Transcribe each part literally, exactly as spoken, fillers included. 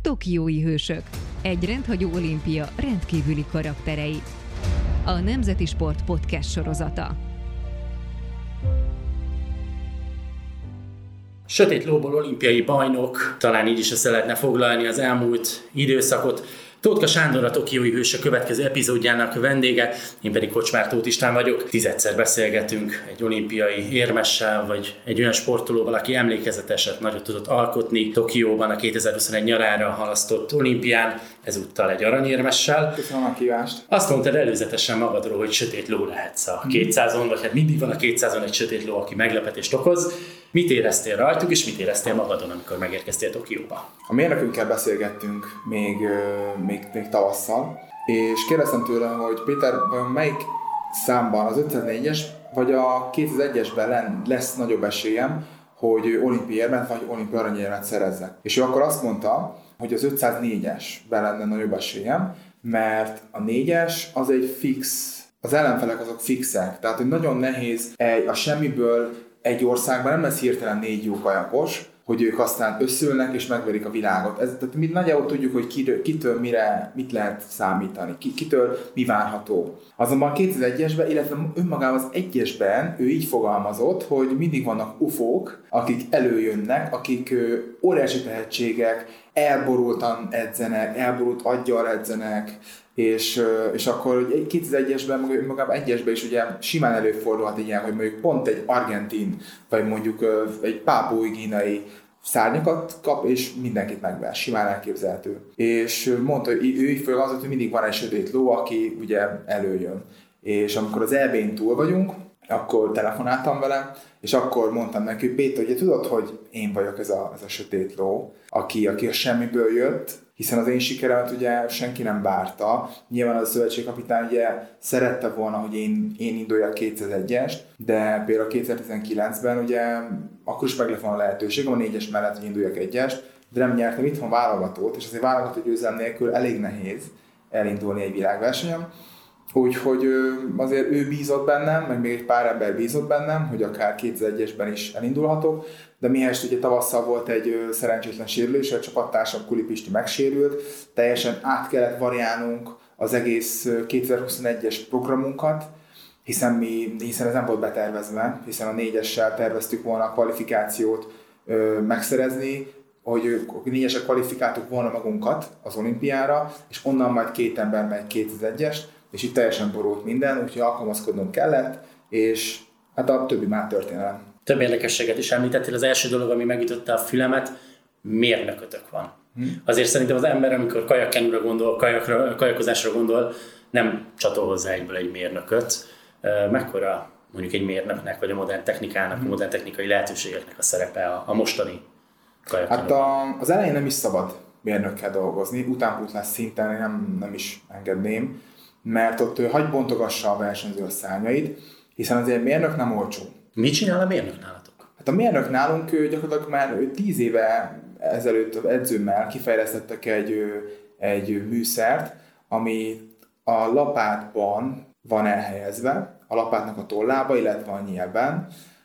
Tokiói hősök. Egy rendhagyó olimpia rendkívüli karakterei. A Nemzeti Sport podcast sorozata. Sötét lóból olimpiai bajnok, talán így is össze lehetne foglalni az elmúlt időszakot. Tótka Sándor, a Tokiói hősök következő epizódjának vendége, én pedig Kocsmár Tóth István vagyok. Tizedszer beszélgetünk egy olimpiai érmessel, vagy egy olyan sportolóval, aki emlékezeteset nagyot tudott alkotni Tokióban a kétezer-huszonegy nyarára halasztott olimpián, ezúttal egy aranyérmessel. Köszönöm a kívást. Azt mondtad előzetesen magadról, hogy sötét ló lehetsz a kétszázon, vagy hát mindig van a kétszázon egy sötét ló, aki meglepetést okoz. Mit éreztél rajtuk, és mit éreztél magadon, amikor megérkeztél Tokióba? A mérnökünkkel beszélgettünk még, még, még tavasszal, és kérdeztem tőle, hogy Péter, melyik számban, az ötszáznégyes vagy a kétezeregyesben lesz nagyobb esélyem, hogy olimpiai érmet vagy olimpiai aranyérmet szerezzek. És ő akkor azt mondta, hogy az ötszáznégyesben lenne nagyobb esélyem, mert a négyes az egy fix, az ellenfelek azok fixek, tehát hogy nagyon nehéz egy, a semmiből egy országban nem lesz hirtelen négy jó kajakos, hogy ők aztán összülnek és megverik a világot. Ez, tehát mi nagyjából tudjuk, hogy kitől, kitől mire, mit lehet számítani, kitől mi várható. Azonban a kétezeregyesben, illetve önmagában az egyesben ő így fogalmazott, hogy mindig vannak ufók, akik előjönnek, akik óriási tehetségek, elborultan edzenek, elborult aggyal edzenek, és, és akkor kétezeregyesben, meg magában egyesben is ugye simán előfordulhat ilyen, hogy mondjuk pont egy argentin, vagy mondjuk egy pápúi gínai szárnyakat kap, és mindenkit megver, simán elképzelhető. És mondta, hogy ő így fogalmazott, hogy mindig van egy sötét ló, aki ugye előjön. És amikor az é bén túl vagyunk, akkor telefonáltam vele, és akkor mondtam neki, hogy Péter, ugye tudod, hogy én vagyok ez a, ez a sötét ló, aki, aki a semmiből jött, hiszen az én sikeremet ugye senki nem várta. Nyilván az a szövetségkapitány ugye szerette volna, hogy én, én induljak kétezeregyest, de például kétezer-tizenkilencben ugye akkor is meg lett volna a lehetőségem a négyes mellett, hogy induljak egyest, de nem nyertem itthon válogatót, és azért válogató győzelem nélkül elég nehéz elindulni egy világversenyen. Úgyhogy azért ő bízott bennem, meg még egy pár ember bízott bennem, hogy akár kétezeregyesben is elindulhatok, de mihelyest ugye tavasszal volt egy szerencsétlen sérülés, a csapattársam Kuli Pisti megsérült, teljesen át kellett variálnunk az egész kétezer-huszonegyes programunkat, hiszen, mi, hiszen ez nem volt betervezve, hiszen a négyessel terveztük volna a kvalifikációt ö, megszerezni, hogy négyesek kvalifikáltuk volna magunkat az olimpiára, és onnan majd két ember megy kétezeregyest, és itt teljesen borult minden, úgyhogy alkalmazkodnunk kellett, és hát a többi már történelem. Több érdekességet is említettél, az első dolog, ami megütötte a fülemet, mérnökötök van. Hmm. Azért szerintem az ember, amikor kajakkenúra gondol, kajakra, kajakozásra gondol, nem csatol hozzá egyből egy mérnököt. Mekkora mondjuk egy mérnöknek, vagy a modern technikának, hmm. a modern technikai lehetőségeknek a szerepe a, a mostani kajakkenúra? Hát a, az elején nem is szabad mérnökkel dolgozni, utánpótlás szinten nem, nem is engedném, mert ott hagy bontogassa a versenyző a szárnyait, hiszen azért mérnök nem olcsó. Mit csinál a mérnök nálatok? Hát a mérnök nálunk gyakorlatilag már tíz éve ezelőtt edzőmmel kifejlesztettek egy, egy műszert, ami a lapátban van elhelyezve, a lapátnak a tollába, illetve a nyelben,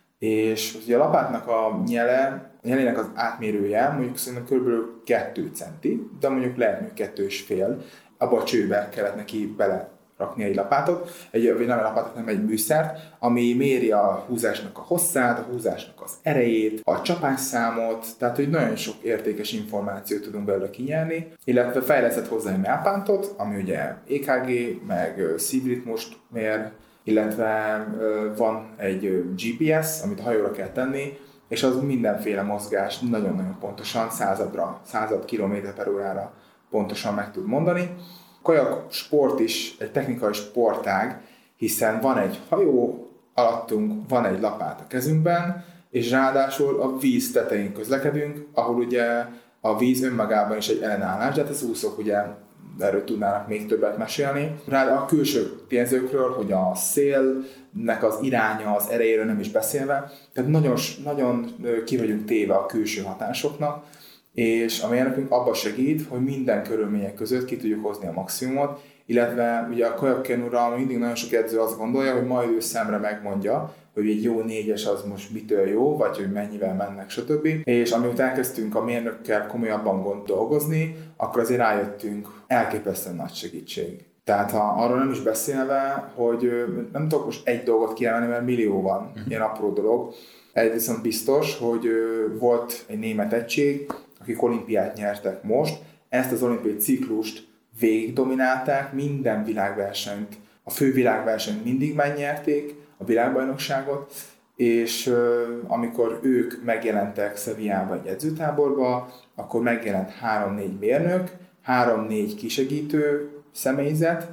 és ugye a lapátnak a nyele, a nyelének az átmérője mondjuk szerintem kb. kettő centi, de mondjuk lehet mondjuk kettő és fél. Abba a csőbe kellett neki bele rakni egy lapátot, egy, vagy nem egy lapátot, hanem egy műszert, ami méri a húzásnak a hosszát, a húzásnak az erejét, a csapásszámot, tehát hogy nagyon sok értékes információt tudunk belőle kinyerni, illetve fejlesztett hozzá egy mellpántot, ami ugye é ká gé, meg szívritmust mér, illetve van egy gé pé es, amit a hajóra kell tenni, és az mindenféle mozgást nagyon-nagyon pontosan, századra, század kilométer per órára pontosan meg tud mondani. Kajak sport is egy technikai sportág, hiszen van egy hajó alattunk, van egy lapát a kezünkben, és ráadásul a víz tetején közlekedünk, ahol ugye a víz önmagában is egy ellenállás, de hát az úszók ugye erről tudnának még többet mesélni. Rá a külső tényezőkről, hogy a szélnek az iránya, az erejéről nem is beszélve, tehát nagyon, nagyon ki vagyunk téve a külső hatásoknak, és a mérnökünk abban segít, hogy minden körülmények között ki tudjuk hozni a maximumot, illetve ugye a kajakkenura mindig nagyon sok edző azt gondolja, hogy majd ő szemre megmondja, hogy egy jó négyes az most mitől jó, vagy hogy mennyivel mennek, stb. És amióta elkezdtünk a mérnökkel komolyabban dolgozni, akkor azért rájöttünk, elképesztően nagy segítség. Tehát ha arról nem is beszélve, hogy nem tudok most egy dolgot kiemelni, mert millió van, uh-huh. ilyen apró dolog. Ez viszont biztos, hogy volt egy német egység, akik olimpiát nyertek most, ezt az olimpiai ciklust végig dominálták, minden világversenyt, a fő világversenyt mindig megnyerték, a világbajnokságot, és uh, amikor ők megjelentek Sevillában egy edzőtáborba, akkor megjelent három-négy mérnök, három-négy kisegítő személyzet,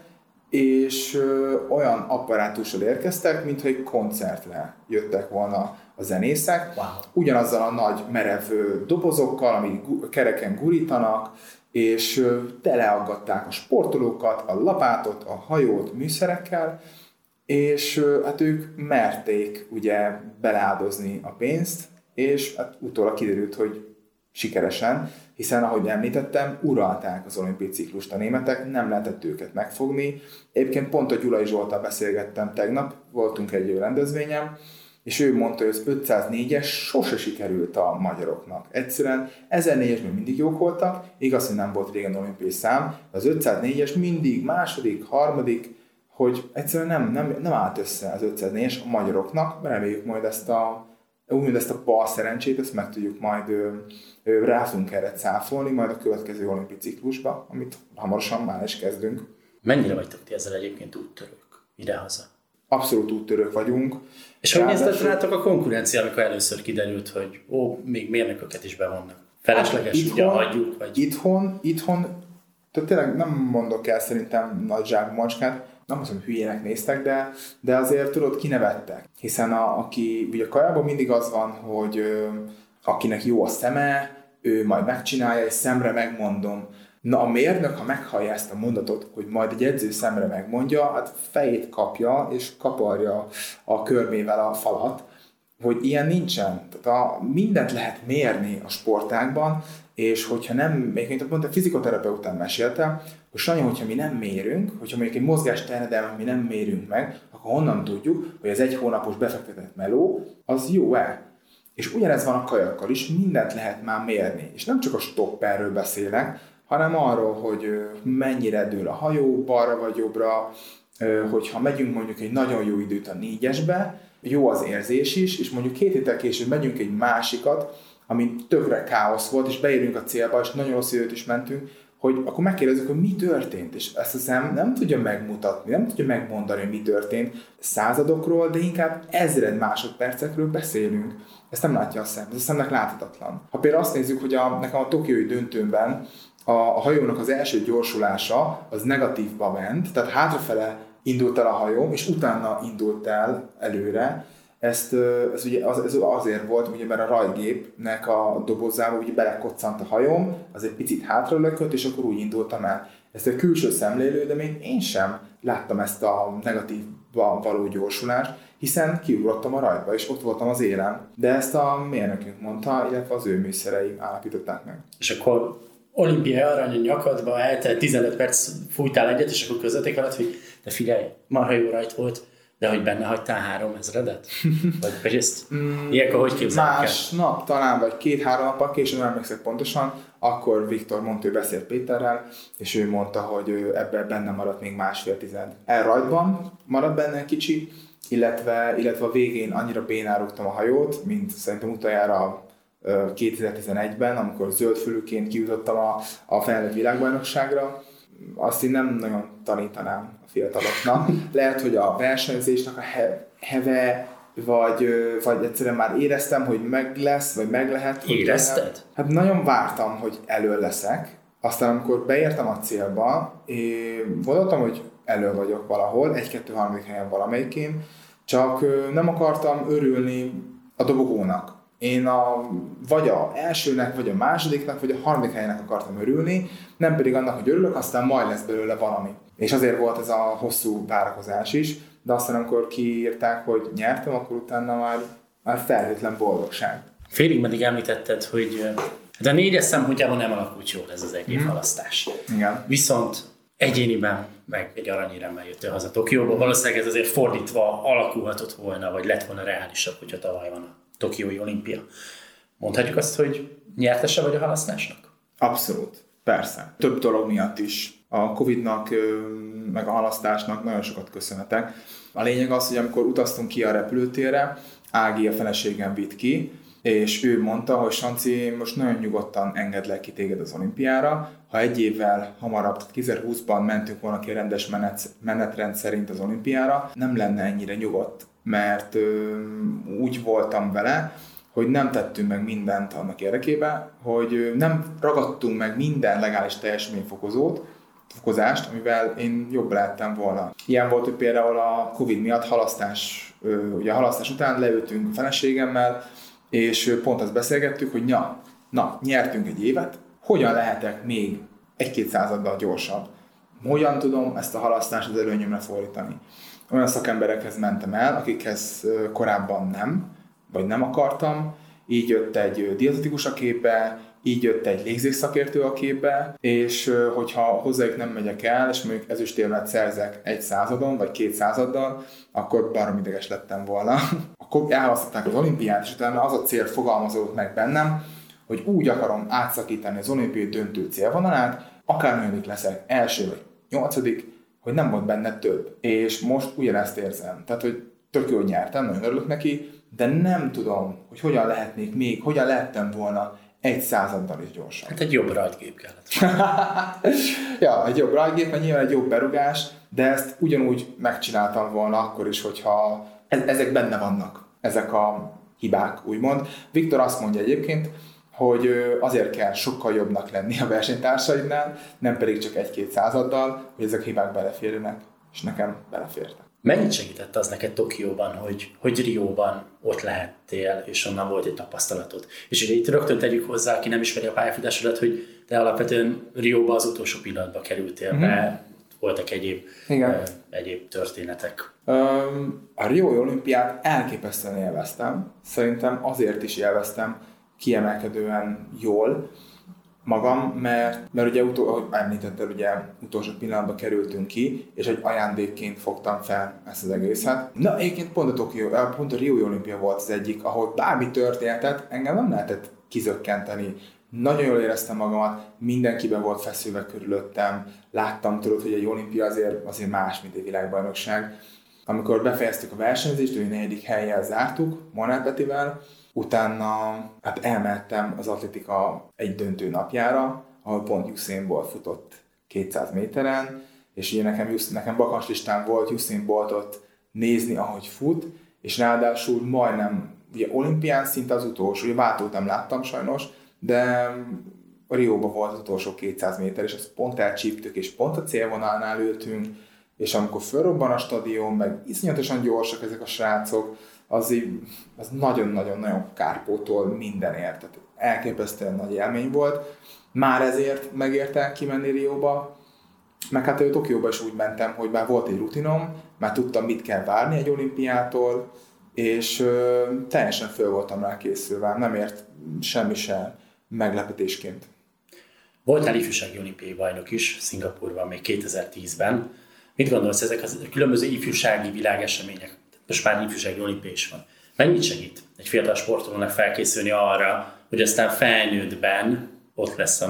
és uh, olyan apparátussal érkeztek, mintha egy koncertre jöttek volna a zenészek, wow. ugyanazzal a nagy merev dobozokkal, amik gu- kereken gurítanak, és uh, teleaggatták a sportolókat, a lapátot, a hajót műszerekkel, és hát ők merték ugye beleáldozni a pénzt, és hát utólag kiderült, hogy sikeresen, hiszen ahogy említettem, uralták az olimpiai ciklust a németek, nem lehetett őket megfogni. Egyébként pont a Gyulai Zsolttal beszélgettem tegnap, voltunk egy rendezvényen, és ő mondta, hogy az ötszáznégyes sose sikerült a magyaroknak. Egyszerűen ezernégyesben mindig jók voltak, igaz, hogy nem volt régen olimpiai szám, az ötszáznégyes mindig második, harmadik, hogy egyszerűen nem, nem, nem állt össze az ötszáznégyes a magyaroknak, reméljük majd ezt a, úgymond ezt a bal szerencsét, ezt meg tudjuk majd ő, ő, rá tudunk erre cáfolni, majd a következő olimpiai ciklusba, amit hamarosan már is kezdünk. Mennyire vagytok ti ezzel egyébként úttörők idehaza? Abszolút úttörők vagyunk. És hogy nézted rátok a konkurencia, amikor először kiderült, hogy ó, még mérnököket is bevonnak? Felesleges, hát ugye hagyjuk? Vagy... Itthon, itthon, tehát tényleg nem mondok el szerintem nagy zsákmacskát, nem azt mondom, hülyének néztek, de, de azért tudod, kinevettek. Hiszen a, aki, ugye a kajában mindig az van, hogy ö, akinek jó a szeme, ő majd megcsinálja, és szemre megmondom. Na a mérnök, ha meghallja ezt a mondatot, hogy majd egy edző szemre megmondja, hát fejét kapja, és kaparja a körmével a falat, hogy ilyen nincsen. Tehát a, mindent lehet mérni a sportágban, és hogyha nem, még mint pont a fizikoterapeután meséltem, hogy Sanyi, hogyha mi nem mérünk, hogyha mondjuk egy mozgásterjedelmet mi nem mérünk meg, akkor honnan tudjuk, hogy az egy hónapos befektetett meló, az jó-e? És ugyanez van a kajakkal is, mindent lehet már mérni. És nem csak a stopperről beszélek, hanem arról, hogy mennyire dől a hajó balra vagy jobbra, hogyha megyünk mondjuk egy nagyon jó időt a négyesbe, jó az érzés is, és mondjuk két héttel később megyünk egy másikat, ami tökre káosz volt, és beérünk a célba, és nagyon rossz időt is mentünk, hogy akkor megkérdezzük, hogy mi történt, és ezt a szem nem tudja megmutatni, nem tudja megmondani, hogy mi történt századokról, de inkább ezred másodpercekről beszélünk. Ezt nem látja a szem, ez a szemnek láthatatlan. Ha például azt nézzük, hogy a, nekem a tokiói döntőmben a, a hajónak az első gyorsulása az negatívba ment, tehát hátrafele indult el a hajóm, és utána indult el előre. Ezt, ez ugye az, ez azért volt, ugye, mert a rajtgépnek a dobozába ugye belekoccant a hajóm, az egy picit hátra lökött, és akkor úgy indultam el. Ezt a külső szemlélő, de még én sem láttam ezt a negatívba való gyorsulást, hiszen kiugrottam a rajtba, és ott voltam az élen. De ezt a mérnökünk mondta, illetve az ő műszerei állapították meg. És akkor olimpiai arany a nyakadba, eltelt tizenöt perc, fújtál egyet, és akkor közötték alatt, hogy de figyelj, marha jó rajt volt, de hogy benne hagytál három ezredet? Vagy, vagy ezt mm, ilyenkor hogy képzeljük el? Másnap talán, vagy két-három nappal később, nem emlékszek pontosan, akkor Viktor mondta, hogy beszélt Péterrel, és ő mondta, hogy ebben benne maradt még másfél tized. El rajtban maradt benne kicsi, illetve, illetve a végén annyira bénán rúgtam a hajót, mint szerintem utoljára kétezer-tizenegyben, amikor zöldfülűként kijutottam a, a felnőtt világbajnokságra. Azt én nem nagyon tanítanám a fiataloknak. Lehet, hogy a versenyzésnek a heve, vagy, vagy egyszerűen már éreztem, hogy meg lesz, vagy meg lehet. Érezted? Hát nagyon vártam, hogy elő leszek. Aztán amikor beértem a célba, én gondoltam, hogy elő vagyok valahol, egy-kettő-harmadik helyen valamelyikén, csak nem akartam örülni a dobogónak. Én a, vagy a elsőnek, vagy a másodiknak, vagy a harmadik helynek akartam örülni, nem pedig annak, hogy örülök, aztán majd lesz belőle valami. És azért volt ez a hosszú várakozás is, de aztán amikor kiírták, hogy nyertem, akkor utána már, már felhőtlen boldogság. Félig meddig említetted, hogy hát a négyes szempontjában nem alakult jól ez az egész mm. halasztás. Igen. Viszont egyéniben meg egy aranyéremmel jöttél haza Tokióba. Valószínűleg ez azért fordítva alakulhatott volna, vagy lett volna reálisabb, hogyha tavaly van a Tokiói olimpia. Mondhatjuk azt, hogy nyertese vagy a halasztásnak? Abszolút, persze. Több dolog miatt is. A Covidnak, meg a halasztásnak nagyon sokat köszönhetek. A lényeg az, hogy amikor utaztunk ki a repülőtérre, Ági, a feleségem vitt ki, és ő mondta, hogy Sanci, most nagyon nyugodtan engedlek ki téged az olimpiára. Ha egy évvel hamarabb, tehát kétezer-húszban mentünk volna ki a rendes menet, menetrend szerint az olimpiára, nem lenne ennyire nyugodt, mert ö, úgy voltam vele, hogy nem tettünk meg mindent annak érdekében, hogy nem ragadtunk meg minden legális teljesítményfokozót, fokozást, amivel én jobb lehettem volna. Ilyen volt, hogy például a Covid miatt halasztás, ugye a halasztás után leültünk a feleségemmel, és pont azt beszélgettük, hogy na, na, nyertünk egy évet, hogyan lehetek még egy-két századdal gyorsabb? Hogyan tudom ezt a halasztást az előnyömre fordítani? Olyan szakemberekhez mentem el, akikhez korábban nem, vagy nem akartam, így jött egy dietetikus a képbe, így jött egy légzésszakértő a képbe, és hogyha hozzájuk nem megyek el, és mondjuk ezüstérmet szerzek egy századon, vagy két századdal, akkor baromi ideges lettem volna. Akkor elhalasztották az olimpiát, és utána az a cél fogalmazódott meg bennem, hogy úgy akarom átszakítani az olimpiai döntő célvonalát, akármilyenik leszek, első vagy nyolcadik, hogy nem volt benne több. És most ugyanezt érzem. Tehát, hogy tök jól nyertem, nagyon örülök neki, de nem tudom, hogy hogyan lehetnék még, hogyan lehettem volna egy századdal is gyorsan. Hát egy jobb rajtgép kellett. Ja, egy jobb rajtgép, mert nyilván egy jobb berugás, de ezt ugyanúgy megcsináltam volna akkor is, hogyha ezek benne vannak, ezek a hibák, úgymond. Viktor azt mondja egyébként, hogy azért kell sokkal jobbnak lenni a versenytársaidnál, nem pedig csak egy-két századdal, hogy ezek a hibák beleférjenek, és nekem belefértek. Mennyit segített az neked Tokióban, hogy, hogy Rióban ott lehettél, és onnan volt egy tapasztalatod? És ugye itt rögtön tegyük hozzá, aki nem ismeri a pályafutásodat, hogy te alapvetően Rióba az utolsó pillanatban kerültél be, mm-hmm. voltak egyéb, uh, egyéb történetek. Um, a Riói olimpiát elképesztően élveztem. Szerintem azért is élveztem kiemelkedően jól magam, mert, mert ugye, utol, ahogy említetted, ugye utolsó pillanatban kerültünk ki, és egy ajándékként fogtam fel ezt az egészet. Na, egyébként pont a, Tokió, pont a Riói olimpia volt az egyik, ahol bármi történetet, engem nem lehetett kizökkenteni. Nagyon jól éreztem magamat, mindenkiben volt feszülve körülöttem, láttam tudod, hogy egy olimpia azért, azért más, mint egy világbajnokság. Amikor befejeztük a versenyzést, hogy negyedik hellyel zártuk, Molnár Petivel, utána hát elmentem az atlétika egy döntő napjára, ahol pont Usain Bolt futott kétszáz méteren, és ugye nekem, nekem bakancslistán volt Usain Boltot nézni, ahogy fut, és ráadásul majdnem, ugye olimpián szinte az utolsó, ugye váltót nem láttam sajnos, de a Rióban volt az utolsó kétszáz méter, és ezt pont elcsíptük, és pont a célvonalnál ültünk, és amikor fölrobban a stadion, meg iszonyatosan gyorsak ezek a srácok, az, az nagyon-nagyon-nagyon kárpótol mindenért. Tehát elképesztően nagy élmény volt. Már ezért megérte kimenni Rióba, meg hát Tokióba is úgy mentem, hogy már volt egy rutinom, már tudtam, mit kell várni egy olimpiától, és ö, teljesen föl voltam rá készülve, nem ért semmi sem meglepetésként. Voltál ifjúsági olimpiai bajnok is Szingapúrban még kétezer-tízben. Mit gondolsz, ezek a különböző ifjúsági világesemények? Most már ifjúsági olimpia is van. Mennyit segít egy fiatal sportolónak felkészülni arra, hogy aztán felnőttben ott lesz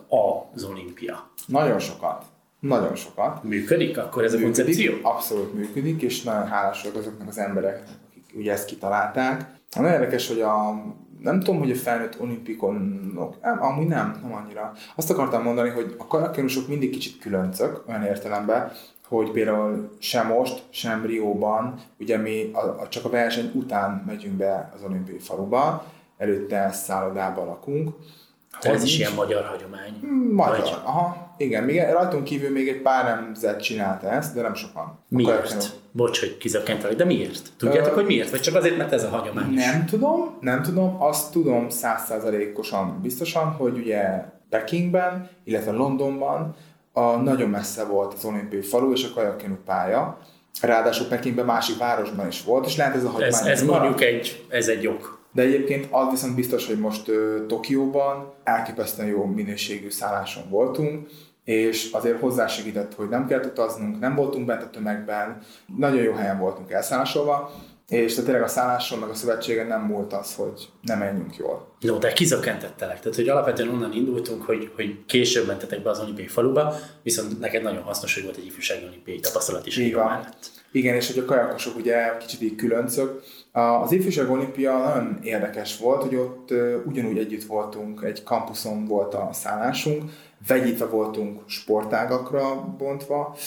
az olimpia? Nagyon sokat. Nagyon sokat. Működik akkor ez a működik, koncepció? Abszolút működik, és nagyon hálások azoknak az embereknek, akik ugye ezt kitalálták. Nagyon érdekes, hogy a nem tudom, hogy a felnőtt olimpikonok, nem, amúgy nem, nem annyira. Azt akartam mondani, hogy a kajakenusok mindig kicsit különcök, olyan értelemben, hogy például sem most, sem Rióban, ugye mi a, a, csak a verseny után megyünk be az olimpiai faluba, előtte szállodában lakunk. Ez is ilyen magyar hagyomány. Magyar, vagy... aha, igen. Még rajtunk kívül még egy pár nemzet csinálta ezt, de nem sokan. Miért? Bocs, hogy kizökkentelek, de miért? Tudjátok, Ö... hogy miért? Vagy csak azért, mert ez a hagyomány is? Nem tudom, nem tudom. Azt tudom száz százalékosan biztosan, hogy ugye Pekingben, illetve Londonban a nagyon messze volt az olimpiai falu és a kajakkenu pálya. Ráadásul Pekingben másik városban is volt, és lehet ez a hagyomány. Ez, ez mondjuk egy, ez egy jog. De egyébként az viszont biztos, hogy most uh, Tokióban elképesztően jó minőségű szálláson voltunk, és azért hozzásegített, hogy nem kellett utaznunk, nem voltunk bent a tömegben, nagyon jó helyen voltunk elszállásolva, és tényleg a szálláson meg a szövetségen nem múlt az, hogy nem menjünk jól. No, de kizökkentettelek. Tehát, hogy alapvetően onnan indultunk, hogy, hogy később mentetek be az olimpiai faluba, viszont neked nagyon hasznos, hogy volt egy ifjúsági olimpiai tapasztalat is a mellett. Igen, és hogy a kajakosok ugye kicsit így különcök. Az ifjúsági olimpia nagyon érdekes volt, hogy ott ugyanúgy együtt voltunk, egy kampuszon volt a szállásunk, vegyítve voltunk sportágakra bontva.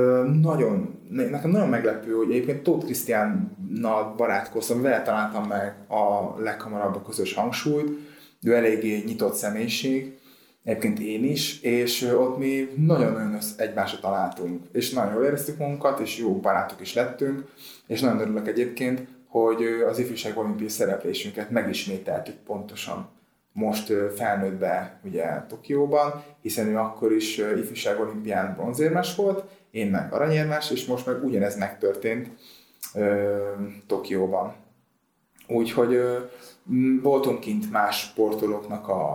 Nagyon, nekem nagyon meglepő, hogy egyébként Tóth Krisztiánnal barátkoztam, vele találtam meg a leghamarabb a közös hangsúlyt, ő eléggé nyitott személyiség, egyébként én is, és ott mi nagyon-nagyon egymásra találtunk, és nagyon jól éreztük magunkat, és jó barátok is lettünk, és nagyon örülök egyébként, hogy az ifjúság olimpiai szereplésünket megismételtük pontosan most felnőttbe ugye Tokióban, hiszen ő akkor is ifjúság olimpián bronzérmes volt, én meg aranyérmes, és most meg ugyanez megtörtént ö, Tokióban. Úgyhogy ö, voltunk kint más sportolóknak a,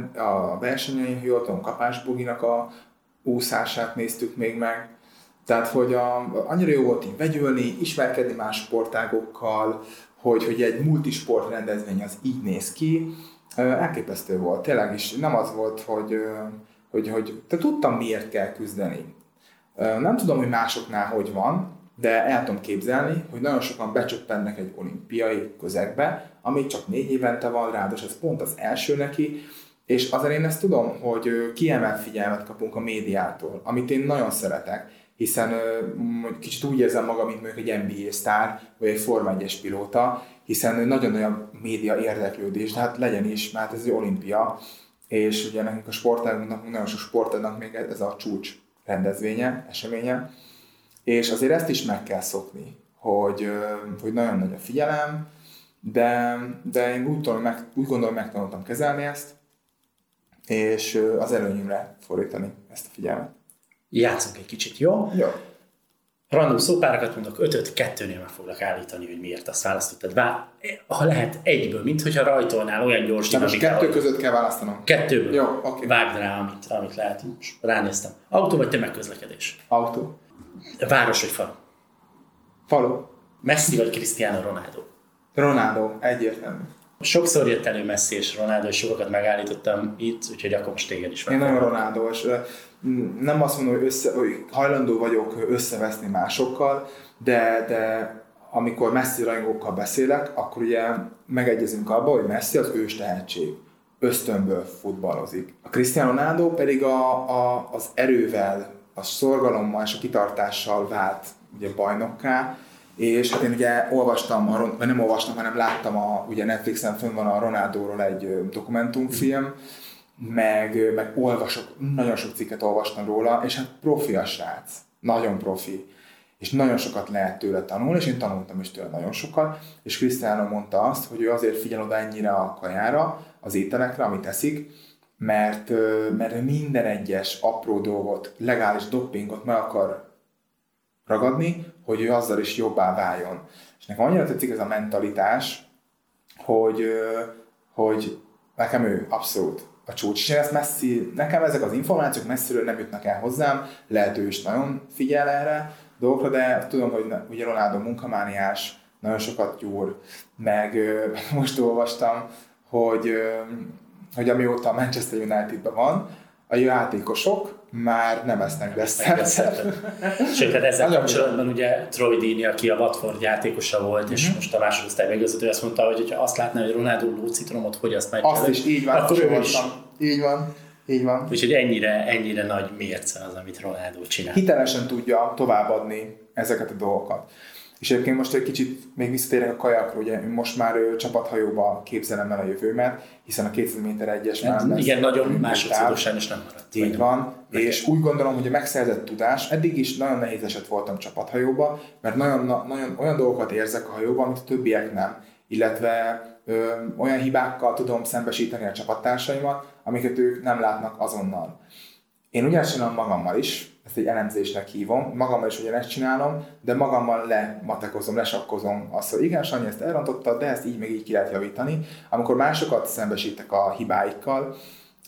a versenyein, voltunk kapásboginak a úszását néztük még meg, tehát hogy a, annyira jó volt így vegyülni, ismerkedni más sportágokkal, hogy, hogy egy multisport rendezvény az így néz ki, elképesztő volt, tényleg is nem az volt, hogy, hogy, hogy te tudtam miért kell küzdeni. Nem tudom, hogy másoknál hogy van, de el tudom képzelni, hogy nagyon sokan becsöppennek egy olimpiai közegbe, ami csak négy évente van, ráadásul ez pont az első neki, és azért én ezt tudom, hogy kiemelt figyelmet kapunk a médiától, amit én nagyon szeretek, hiszen kicsit úgy érzem magam, mint mondjuk egy en bé á sztár, vagy egy Forma egyes pilóta, hiszen nagyon nagy a média érdeklődés, de hát legyen is, mert ez egy olimpia, és ugye nekünk a sportágunknak, nagyon sok sportágnak még ez a csúcs rendezvénye, eseménye, és azért ezt is meg kell szokni, hogy, hogy nagyon nagy a figyelem, de, de én úgy, tudom, meg, úgy gondolom, megtanultam kezelni ezt, és az előnyömre fordítani ezt a figyelmet. Játszunk egy kicsit, jó? Jó. Random szópárakat mondok, ötöt kettőnél meg foglak állítani, hogy miért azt választottad. Bár, ha lehet egyből, mint hogyha rajtolnál olyan gyors dinamikával. Most kettő között kell választanom. Kettőből? Jó, oké. Okay. Vágd rá, amit, amit lehet. Most ránéztem. Autó vagy tömegközlekedés? Autó. Város vagy falu? Falu. Messi vagy Cristiano Ronaldo? Ronaldo, egyértelmű. Sokszor jött elő Messi és Ronaldo, és sokakat megállítottam itt, úgyhogy akkor most téged is meg. Én nagyon Ronaldo-os. Nem azt mondom, hogy, össze, hogy hajlandó vagyok összeveszni másokkal, de, de amikor Messi rajongókkal beszélek, akkor ugye megegyezünk abba, hogy Messi az ős tehetség. Ösztönből futballozik. A Cristiano Ronaldo pedig a, a, az erővel, a szorgalommal és a kitartással vált ugye bajnokká, és hát én ugye olvastam, vagy nem olvastam, hanem láttam, a, ugye Netflixen fönn van a Ronaldóról egy dokumentumfilm, meg, meg olvasok, nagyon sok cikket olvastam róla, és hát profi a srác, nagyon profi, és nagyon sokat lehet tőle tanulni, és én tanultam is tőle nagyon sokat, és Cristiano mondta azt, hogy ő azért figyel oda ennyire a kajára, az ételekre, amit eszik, mert, mert minden egyes apró dolgot, legális dopingot meg akar ragadni, hogy ő azzal is jobbá váljon. És nekem annyira tetszik ez a mentalitás, hogy, hogy nekem ő abszolút a csúcs. És ezt messzi, nekem ezek az információk messziről nem jutnak el hozzám, lehet ő is nagyon figyel erre dolgokra, de tudom, hogy ugye Ronaldo munkamániás, nagyon sokat gyúr, meg most olvastam, hogy, hogy amióta a Manchester Unitedben van, a játékosok már nem esznek desszertet. Sőt, hát ezzel kapcsolatban ugye Troy Deeney, aki a Watford játékosa volt, uh-huh. és most a másodosztály végigvezető, azt mondta, hogy ha azt látná, hogy Ronaldo lócitromot fogyaszt meg, azt is így van, akkor ő is. Így van, így van. Úgyhogy ennyire, ennyire nagy mérce az, amit Ronaldo csinál. Hitelesen tudja továbbadni ezeket a dolgokat. És egyébként most egy kicsit még visszatérek a kajakra, ugye most már ő, csapathajóba képzelem el a jövőmet, hiszen a kétszáz méter egyes már hát, lesz. Igen, nagyon másodszorosan is nem maradt. Így van, és úgy gondolom, hogy a megszerzett tudás, eddig is nagyon nehéz eset voltam csapathajóba, mert nagyon, nagyon olyan dolgokat érzek a hajóban, amit a többiek nem, illetve ö, olyan hibákkal tudom szembesíteni a csapattársaimat, amiket ők nem látnak azonnal. Én ugyanezt csinálom magammal is, ezt egy elemzésnek hívom, magammal is ugyanezt csinálom, de magammal lematekozom, lesakkozom azt, hogy igen, Sanyi, ezt elrontottad, de ezt így meg így ki lehet javítani. Amikor másokat szembesítek a hibáikkal,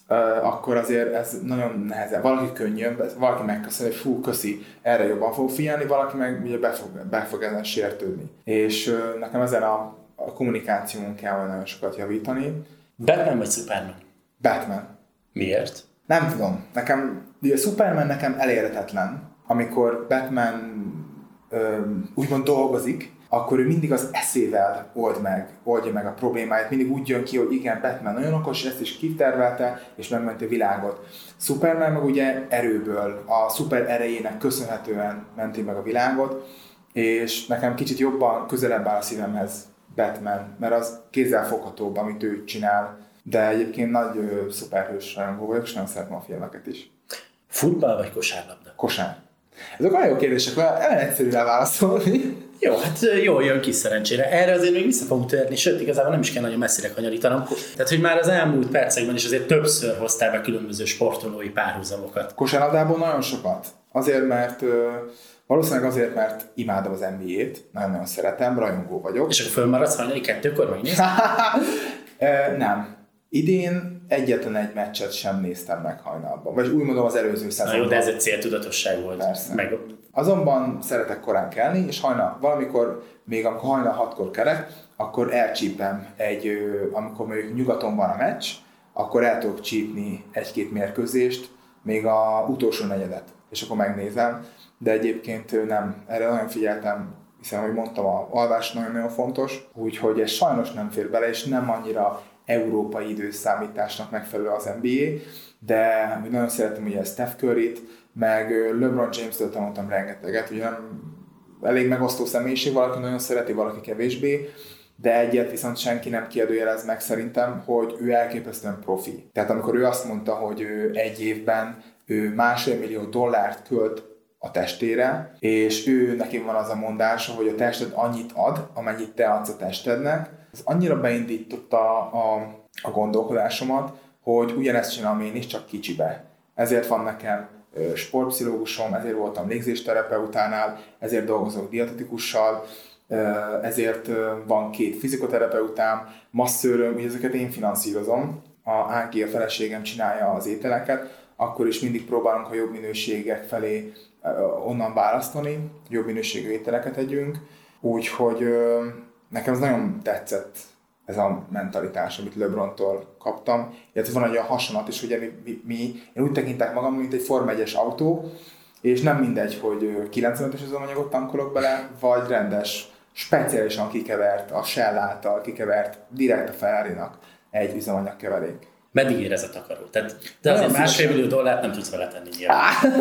akkor azért ez nagyon nehezen. Valaki könnyön, valaki megköszön, hogy fú, köszi, erre jobban fog figyelni, valaki meg ugye be fog, be fog ezen sértődni. És nekem ezen a, a kommunikáción kell nagyon sokat javítani. Batman vagy Superman? Batman. Miért? Nem tudom. Nekem, ugye Superman nekem elérhetetlen. Amikor Batman ö, úgymond dolgozik, akkor ő mindig az eszével old meg, oldja meg a problémáit, mindig úgy jön ki, hogy igen, Batman nagyon okos, és ezt is kitervelte, és megmenti a világot. Superman meg ugye erőből, a szuper erejének köszönhetően menti meg a világot, és nekem kicsit jobban, közelebb áll a szívemhez Batman, mert az kézzelfoghatóbb, amit ő csinál, de egyébként nagy ö, szuperhős rajongó vagyok, és nagyon szeretem a filmeket is. Futball vagy kosárlabda? Kosár. Ezek olyan jó kérdések, olyan egyszerű válaszolni. Jó, hát jól jön ki szerencsére. Erre azért még vissza fogunk térni, sőt, igazából nem is kell nagyon messzire kanyarítanom. Tehát, hogy már az elmúlt percekben is azért többször hoztál be különböző sportolói párhuzamokat. Kosárlabdából nagyon sokat. Azért, mert valószínűleg azért, mert imádom az en bé á-t, nagyon-nagyon szeretem, rajongó vagyok. És akkor fölmaradsz hajnali kettőkor megnézni? Nem. Idén egyetlen egy meccset sem néztem meg hajnalban. Vagy úgy mondom az előző szezonban. Na jó, de ez egy céltudatosság volt. Persze. Meg... Azonban szeretek korán kelni, és hajnal, valamikor, még amikor hajnal hatkor kelek, akkor elcsípem egy, amikor mondjuk nyugaton van a meccs, akkor el tudok csípni egy-két mérkőzést, még a utolsó negyedet, és akkor megnézem. De egyébként nem, erre nagyon figyeltem, hiszen, ahogy mondtam, a alvás nagyon-nagyon fontos, úgyhogy ez sajnos nem fér bele, és nem annyira európai időszámításnak megfelelő az en bé á, de nagyon szeretem ugye Steph Curryt, meg LeBron James-től tanultam rengeteget, ugye nem elég megosztó személyiség, valaki nagyon szereti, valaki kevésbé, de egyet viszont senki nem kérdőjelez meg szerintem, hogy ő elképesztően profi. Tehát amikor ő azt mondta, hogy ő egy évben ő másfél millió dollárt költ a testére, és ő neki van az a mondása, hogy a tested annyit ad, amennyit te adsz a testednek, ez annyira beindította a, a gondolkodásomat, hogy ugyanezt csinálom én is, csak kicsibe. Ezért van nekem sportpszichológusom, ezért voltam légzésterapeutánál, ezért dolgozok dietetikussal, ezért van két fizikoterapeutám, masszőröm, ugye ezeket én finanszírozom. A Ági, a feleségem csinálja az ételeket, akkor is mindig próbálunk a jobb minőségek felé onnan választani, jobb minőségű ételeket együnk, úgyhogy nekem ez nagyon tetszett, ez a mentalitás, amit LeBrontól kaptam. Illetve van egy olyan hasonlat is, ugye mi, mi, mi, én úgy tekintek magam, mint egy Forma egyes autó, és nem mindegy, hogy kilencvenötös üzemanyagot tankolok bele, vagy rendes, speciálisan kikevert, a Shell által kikevert, direkt a Ferrari-nak egy üzemanyagkeverék. Meddig ér ez a takaró? Tehát te azért másfél millió dollárt nem tudsz vele tenni nyilván.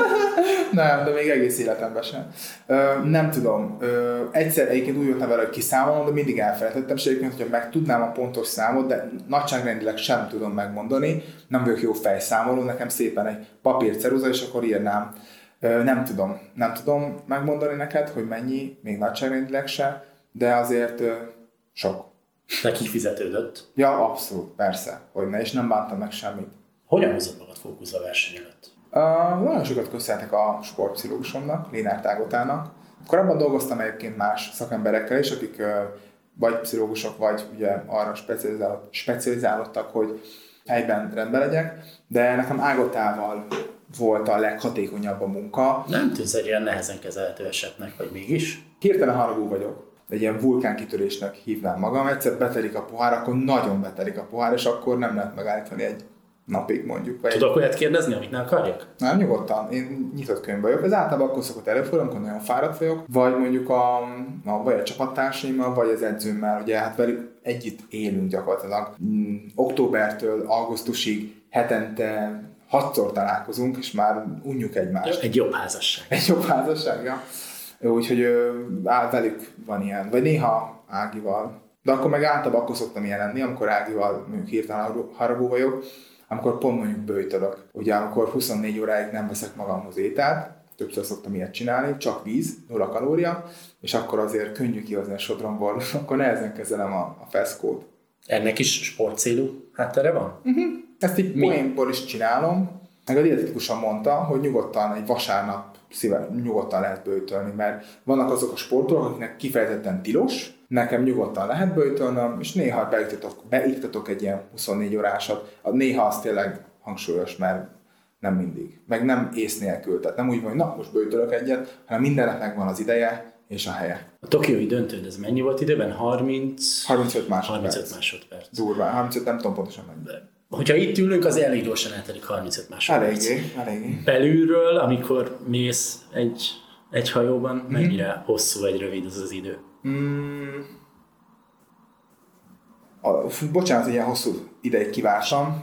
Nem, de még egész életemben sem. Ö, nem tudom. Ö, egyszer egyébként úgy voltam vele, hogy kiszámolom, de mindig elfelejtettem, és egyébként, hogyha megtudnám a pontos számot, de nagyságrendileg sem tudom megmondani, nem vagyok jó fejszámoló, nekem szépen egy papírceruza, és akkor írnám. Ö, nem tudom. Nem tudom megmondani neked, hogy mennyi, még nagyságrendileg se, de azért ö, sok. De kifizetődött. Ja, abszolút, persze, hogy ne, és nem bántam meg semmit. Hogyan hozod magad fókuszba a verseny előtt? Uh, nagyon sokat köszönhetek a sportpszichológusomnak, Lénár Tágotának. Korábban dolgoztam egyébként más szakemberekkel is, akik uh, vagy pszichológusok, vagy ugye arra specializálod, specializálódtak, hogy helyben rendben legyek, de nekem Ágotával volt a leghatékonyabb a munka. Nem tűnsz egy ilyen nehezen kezelhető esetnek, vagy mégis? Hirtelen haragú vagyok. Egy ilyen vulkánkitörésnek hívnám magam, egyszer betelik a pohár, akkor nagyon betelik a pohár, és akkor nem lehet megállítani egy napig mondjuk. Vagy tudok olyat kérdezni, amit ne akarjak? Nem, nyugodtan, én nyitott könyv vagyok. Ez általában akkor szokott előfordulni, amikor nagyon fáradt vagyok, vagy mondjuk a, a, vagy a csapattársaimmal, vagy az edzőmmel, ugye hát velük együtt élünk gyakorlatilag. Mm, októbertől augusztusig hetente hatszor találkozunk, és már unjuk egymást. Egy jobb házasság. Egy jobb házasság, ja. Úgyhogy á, velük van ilyen, vagy néha Ágival. De akkor meg általában akkor szoktam ilyen lenni, amikor Ágival mondjuk hirtelen haragú vagyok, amikor pont mondjuk böjtölök. Ugye amikor huszonnégy óráig nem veszek magamhoz ételt, többször szoktam ilyet csinálni, csak víz, nulla kalória, és akkor azért könnyű kihozni a sodromból, akkor nehezen kezelem a, a feszkót. Ennek is sportcélú háttere van? Uh-huh. Ezt így poénból is csinálom, meg a dietetikusan mondta, hogy nyugodtan egy vasárnap szíve, nyugodtan lehet böjtölni, mert vannak azok a sportolók, akiknek kifejezetten tilos, nekem nyugodtan lehet böjtölnöm, és néha beiktatok, beiktatok egy ilyen huszonnégy órásat, néha az tényleg hangsúlyos, mert nem mindig. Meg nem ész nélkül. Tehát nem úgy van, hogy na, most bőtölök egyet, hanem mindennek megvan az ideje és a helye. A tokiói döntőd, ez mennyi volt időben? harminc... harmincöt másodperc. harmincöt másodperc. Durván. harmincöt, nem tudom pontosan mennyi. Hogyha itt ülünk, az elég gyorsan eltelik harmincöt másodperc. Eléggé, eléggé. Belülről, amikor mész egy, egy hajóban, mm-hmm. mennyire hosszú vagy rövid az az idő? Mm. A, bocsánat, hogy ilyen hosszú ideig kivártam.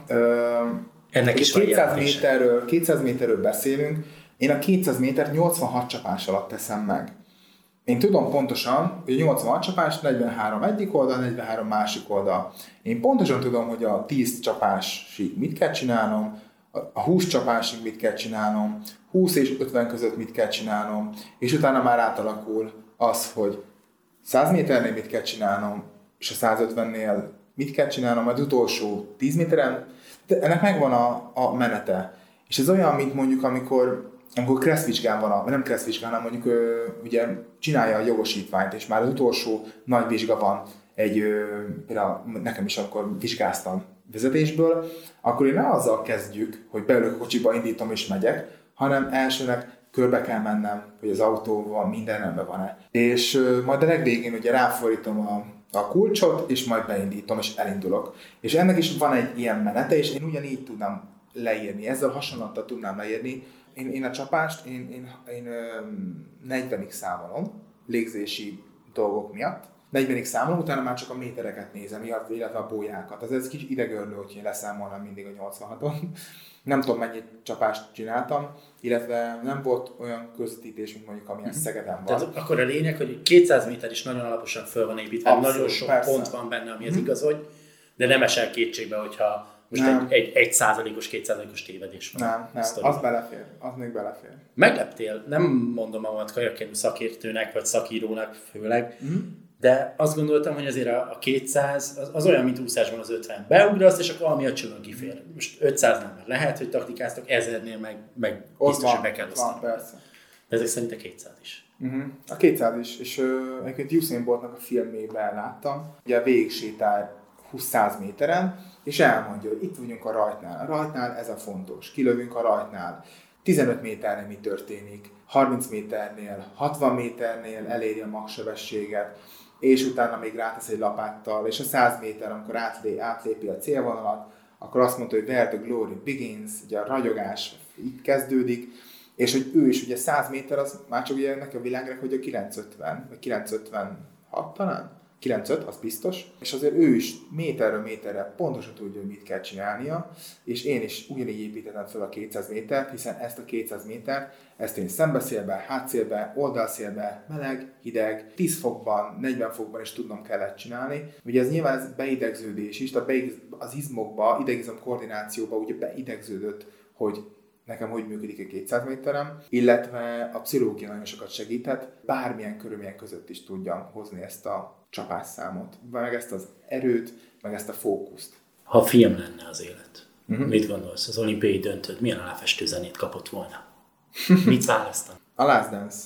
Ennek is kétszáz méterről, kétszáz méterről beszélünk. Én a kétszáz métert nyolcvanhat csapás alatt teszem meg. Én tudom pontosan, hogy nyolcvanhat csapás, negyvenhárom egyik oldal, negyvenhárom másik oldal. Én pontosan tudom, hogy a tíz csapásig mit kell csinálnom, a húsz csapásig mit kell csinálnom, húsz és ötven között mit kell csinálnom, és utána már átalakul az, hogy száz méternél mit kell csinálnom, és a százötvennél mit kell csinálnom, az utolsó tíz méteren, de ennek megvan a, a menete. És ez olyan, mint mondjuk, amikor amikor kresszvizsgán van, a, nem kresszvizsgán, hanem mondjuk ö, ugye csinálja a jogosítványt, és már az utolsó nagy vizsga van egy, ö, például nekem is akkor vizsgáztam vezetésből, akkor én ne azzal kezdjük, hogy beülök a kocsiba, indítom és megyek, hanem elsőnek körbe kell mennem, hogy az autóval minden rendben van-e. És ö, majd a legvégén ugye ráfordítom a, a kulcsot, és majd beindítom, és elindulok. És ennek is van egy ilyen menete, és én ugyanígy tudnám leírni, ezzel hasonlattal tudnám leírni. Én, én a csapást én, én, én negyvenig számolom, légzési dolgok miatt. negyvenig számolom, utána már csak a métereket nézem, illetve a bójákat. Az ez kicsit idegörlő, hogy én leszámolnám mindig a nyolcvanhaton. Nem tudom, mennyi csapást csináltam, illetve nem volt olyan közvetítés, mint mondjuk amilyen Szegeden van. Tehát akkor a lényeg, hogy kétszáz méter is nagyon alaposan föl van építve, abszolút, nagyon sok persze. pont van benne, ami az igaz, hogy, de nem esel kétségbe, hogyha most egy, egy, egy százalékos, két százalékos tévedés van. Nem, nem, az belefér, az még belefér. Megleptél, nem mondom magamat kajakkenő szakértőnek, vagy szakírónak főleg, mm. de azt gondoltam, hogy azért a, a kétszáz az, az olyan, mint úszásban az ötven. Beugrasz, és akkor ami a csövön kifér. Most ötszáznál már lehet, hogy taktikáztok, ezernél meg, meg biztos, hogy be kell osztani. Persze. De ezek szerint a kétszáz is. Uh-huh. A kétszáz is, és uh, egyébként Usain Boltnak a filmében láttam, ugye végig sétál húsz-száz méteren, és elmondja, hogy itt vagyunk a rajtnál. A rajtnál ez a fontos. Kilövünk a rajtnál. tizenöt méternél mi történik, harminc méternél, hatvan méternél eléri a magsebességet, és utána még rátesz egy lapáttal, és a száz méter, amikor átlé, átlépi a célvonalat, akkor azt mondta, hogy where the glory begins, ugye a ragyogás itt kezdődik, és hogy ő is ugye száz méter, az már csak ugye neki a világrekord, hogy a kilencszázötven, vagy kilencszázötvenhat talán? kilencszázöt, az biztos, és azért ő is méterről méterre pontosan tudja, hogy mit kell csinálnia, és én is ugyanígy építettem fel a kétszáz métert, hiszen ezt a kétszáz métert, ezt én szembeszélbe, hátszélbe, oldalszélbe, meleg, hideg, tíz fokban, negyven fokban is tudnom kellett csinálni. Ugye ez nyilván ez beidegződés is, tehát az izmokba, idegizom koordinációba ugye beidegződött, hogy nekem hogy működik a kétszáz méterem, illetve a pszichológia nagyon sokat segített, bármilyen körülmények között is tudjam hozni ezt a csapásszámot, meg ezt az erőt, meg ezt a fókuszt. Ha film lenne az élet, uh-huh. mit gondolsz? Az olimpiai döntőt milyen aláfestő zenét kapott volna? Mit választan? A Last Dance.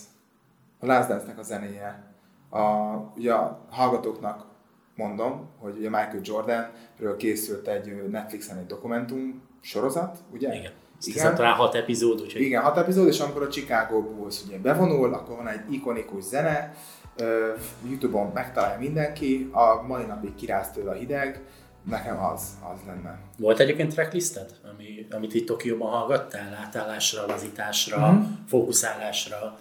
A Last Dance-nek a zenéje. A, ugye a hallgatóknak mondom, hogy ugye Michael Jordanről készült egy Netflixen egy dokumentum sorozat, ugye? Igen. Igen, talán hat epizód, úgyhogy... Igen, hat epizód, és amikor a Chicago Bulls ugye bevonul, akkor van egy ikonikus zene, YouTube-on megtalálja mindenki, a mai napig kiráz tőle a hideg, nekem az, az lenne. Volt egyébként tracklisted, ami, amit itt Tokióban hallgattál? Átállásra, lazításra, mm-hmm. fókuszálásra?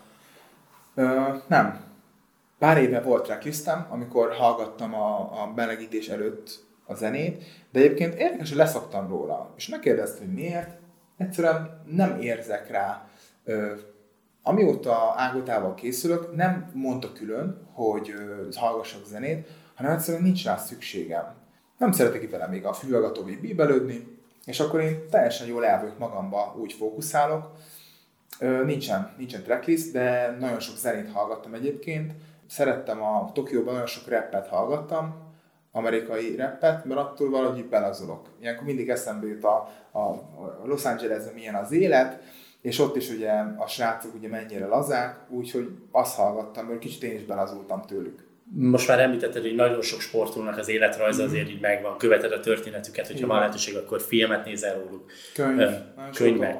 Ö, nem. Pár éve volt tracklistem, amikor hallgattam a, a melegítés előtt a zenét, de egyébként érdekes, hogy leszoktam róla. És megkérdeztem, hogy miért. Egyszerűen nem érzek rá. Ö, amióta Ágotával készülök, nem mondta külön, hogy ö, hallgassak zenét, hanem egyszerűen nincs rá szükségem. Nem szeretek itt vele még a fülhallgatóba bíbelődni, és akkor én teljesen jól el vagyok magamba, úgy fókuszálok. Ö, nincsen, nincsen tracklist, de nagyon sok zenét hallgattam egyébként. Szerettem a Tokióban, nagyon sok rappet hallgattam, amerikai rappet, mert attól valahogy belazulok. Ilyenkor mindig eszembe jut a, a, a Los Angelesben milyen az élet, és ott is ugye a srácok ugye mennyire lazák, úgyhogy azt hallgattam, mert kicsit én is belazultam tőlük. Most már említetted, hogy nagyon sok sportolónak az életrajza mm-hmm. azért így megvan, követed a történetüket, hogyha van lehetőség, akkor filmet nézel róluk. Könyv. Ö, könyvek.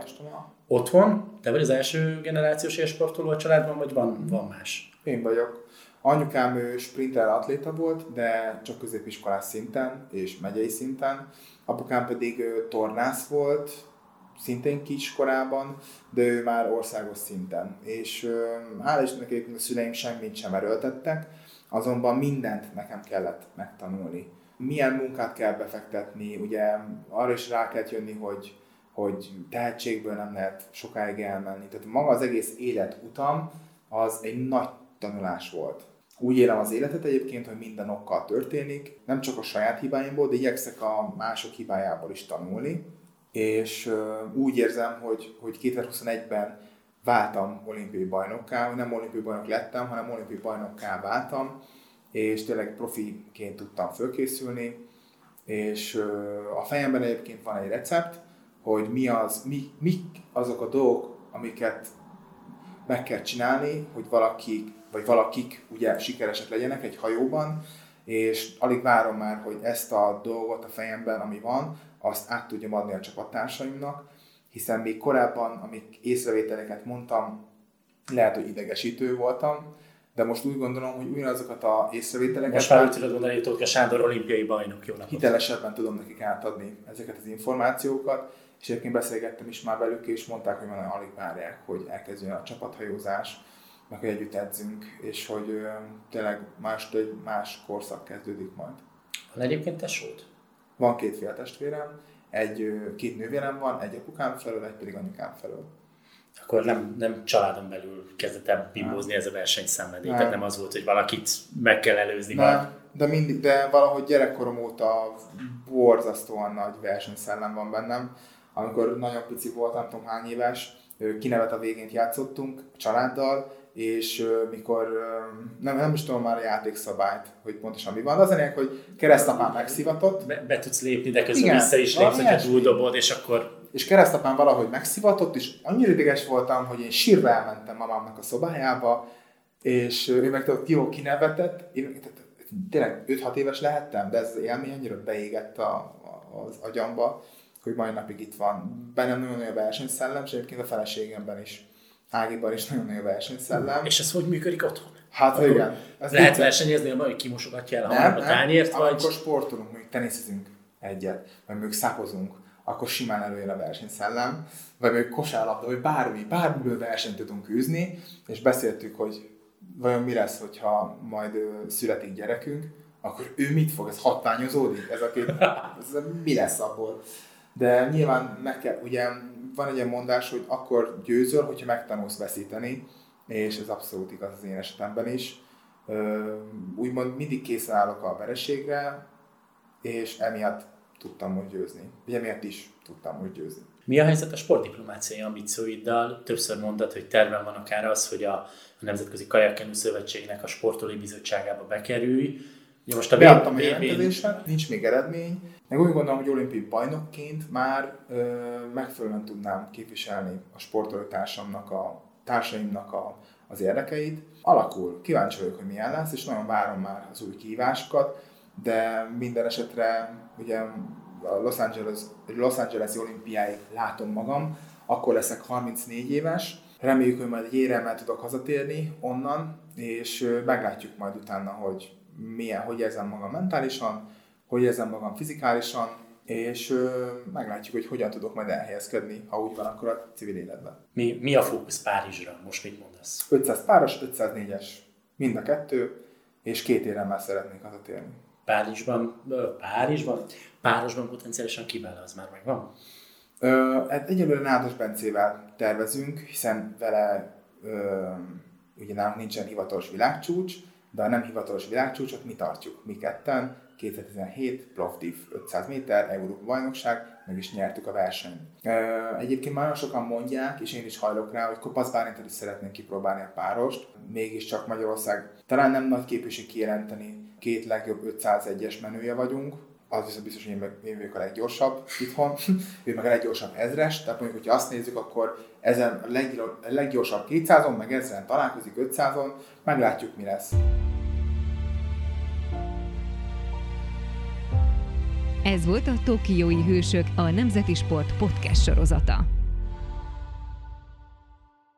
Otthon? Te vagy az első generációs élsportoló a családban, vagy van, mm. van más? Én vagyok. Anyukám ő sprinter atléta volt, de csak középiskolás szinten és megyei szinten. Apukám pedig ő, tornász volt, szintén kiskorában, de ő már országos szinten. És hála Istennek a szüleim semmit sem erőltettek, azonban mindent nekem kellett megtanulni. Milyen munkát kell befektetni, ugye arra is rá kellett jönni, hogy, hogy tehetségből nem lehet sokáig elmenni. Tehát maga az egész életutam az egy nagy tanulás volt. Úgy élem az életet egyébként, hogy minden okkal történik, nem csak a saját hibáimból, de igyekszek a mások hibájából is tanulni. És uh, úgy érzem, hogy, hogy kétezer-huszonegyben váltam olimpiai bajnokká, nem olimpiai bajnok lettem, hanem olimpiai bajnokká váltam, és tényleg profiként tudtam fölkészülni, és uh, a fejemben egyébként van egy recept, hogy mi az, mi, mik azok a dolgok, amiket meg kell csinálni, hogy valakik, vagy valakik ugye sikeresek legyenek egy hajóban, és alig várom már, hogy ezt a dolgot a fejemben, ami van, azt át tudjam adni a csapattársaimnak, hiszen még korábban, amik észrevételeket mondtam, lehet, hogy idegesítő voltam, de most úgy gondolom, hogy ugyanazokat az észrevételeket... Most már úgy tudod mondani, hogy Tóth Sándor olimpiai bajnok, jó napot. Hitelesebben tudom nekik átadni ezeket az információkat, és egyébként beszélgettem is már velük, és mondták, hogy már alig várják, hogy elkezdjön a csapathajózás, meg hogy együtt edzünk, és hogy ö, tényleg más, egy más korszak kezdődik majd. Van egyébként tesód? Van két féltestvérem, egy, két nővérem van, egy apukám felől, egy pedig anyukám felől. Akkor nem, nem családon belül kezdett el bimbózni ez a versenyszenvedély, tehát nem az volt, hogy valakit meg kell előzni. Nem, majd. de, mindig, de valahogy gyerekkorom óta borzasztóan nagy versenyszellem van bennem. Amikor nagyon pici voltam, nem tudom hány éves, kinevet a végén játszottunk a családdal, és uh, mikor, uh, nem, nem is tudom már a játékszabályt, hogy pontosan mi van, de az ennek, hogy keresztapám megszivatott. Be, be tudsz lépni, de közben igen, vissza is lépsz, hogyha túldobod, és akkor... És keresztapám valahogy megszivatott, és annyira ideges voltam, hogy én sírva elmentem mamámnak a szobájába, és ő meg tudott, jó, kinevetett. Én tényleg öt-hat éves lehettem, de ez az élmény annyira beégett a, a, az agyamba, hogy mai napig itt van. Bennem nagyon nagy a versenyszellem, és egyébként a feleségemben is. Ágiban is nagyon nagy a versenyszellem. És ez hogy működik otthon? Hát akkor igen. Ez lehet itt versenyezni, hogy kimosogatja el a, a tányért, vagy? Amikor sportolunk, mondjuk teniszezünk egyet, vagy mondjuk szapozunk, akkor simán előjön a versenyszellem, vagy mondjuk kosárlabda, vagy bármi, bármiből versenyt tudunk űzni, és beszéltük, hogy vajon mi lesz, hogyha majd születik gyerekünk, akkor ő mit fog, ez hatványozódik? Ez a két, ez mi lesz abból? De nyilván meg kell, ugye van egy ilyen mondás, hogy akkor győzöl, hogyha megtanulsz veszíteni, és ez abszolút igaz az én esetemben is. Úgymond mindig készen állok a vereségre, és emiatt tudtam úgy győzni. Ugye emiatt is tudtam úgy győzni. Mi a helyzet a sportdiplomáciai ambícióiddal? Többször mondtad, hogy terven van akár az, hogy a, a Nemzetközi Kajakkenu Szövetségnek a sportolói bizottságába bekerülj. Ugye most a Beadtam a jelentkezésen, nincs még eredmény. Meg úgy gondolom, hogy olimpiai bajnokként már ö, megfelelően tudnám képviselni a sportolótársamnak, a társaimnak a, az érdekeit. Alakul, kíváncsi vagyok, hogy milyen lesz, és nagyon várom már az új kihívásokat, de minden esetre ugye a Los Angeles, Los Angeles-i olimpiáig látom magam, akkor leszek harmincnégy éves, reméljük, hogy majd egy éremmel tudok hazatérni onnan, és meglátjuk majd utána, hogy milyen, hogy érzem magam mentálisan, hogy érzem magam fizikálisan, és ö, meglátjuk, hogy hogyan tudok majd elhelyezkedni, ha úgy van, akkor a civil életben. Mi, mi a fókusz Párizsra? Most mit mondasz? ötszáz páros, ötszáznégyes, mind a kettő, és két éremmel szeretnék hazatérni. Párizsban, Párizsban, Párosban potenciálisan kivel az már megvan? Ö, egyelőre Nádas Bencével tervezünk, hiszen vele ö, ugye nálunk nincsen hivatalos világcsúcs, de a nem hivatalos világcsúcsot mi tartjuk, mi ketten, kétezer-tizenhét, Plovdiv ötszáz méter, Európa bajnokság, meg is nyertük a versenyt. Egyébként már nagyon sokan mondják, és én is hajlok rá, hogy Kopasz Bálinttal is szeretnénk kipróbálni a párost, mégiscsak Magyarország talán nem nagy képviség kijelenteni, két legjobb ötszázegyes menője vagyunk, az viszont biztos, hogy én, meg, én vagyok a leggyorsabb itthon, ő meg a leggyorsabb ezres, tehát mondjuk, hogyha azt nézzük, akkor ezen a, leg, a leggyorsabb kétszázon, meg ezren találkozik ötszázon, meglátjuk, mi lesz. Ez volt a Tokiói Hősök, a Nemzeti Sport podcast sorozata.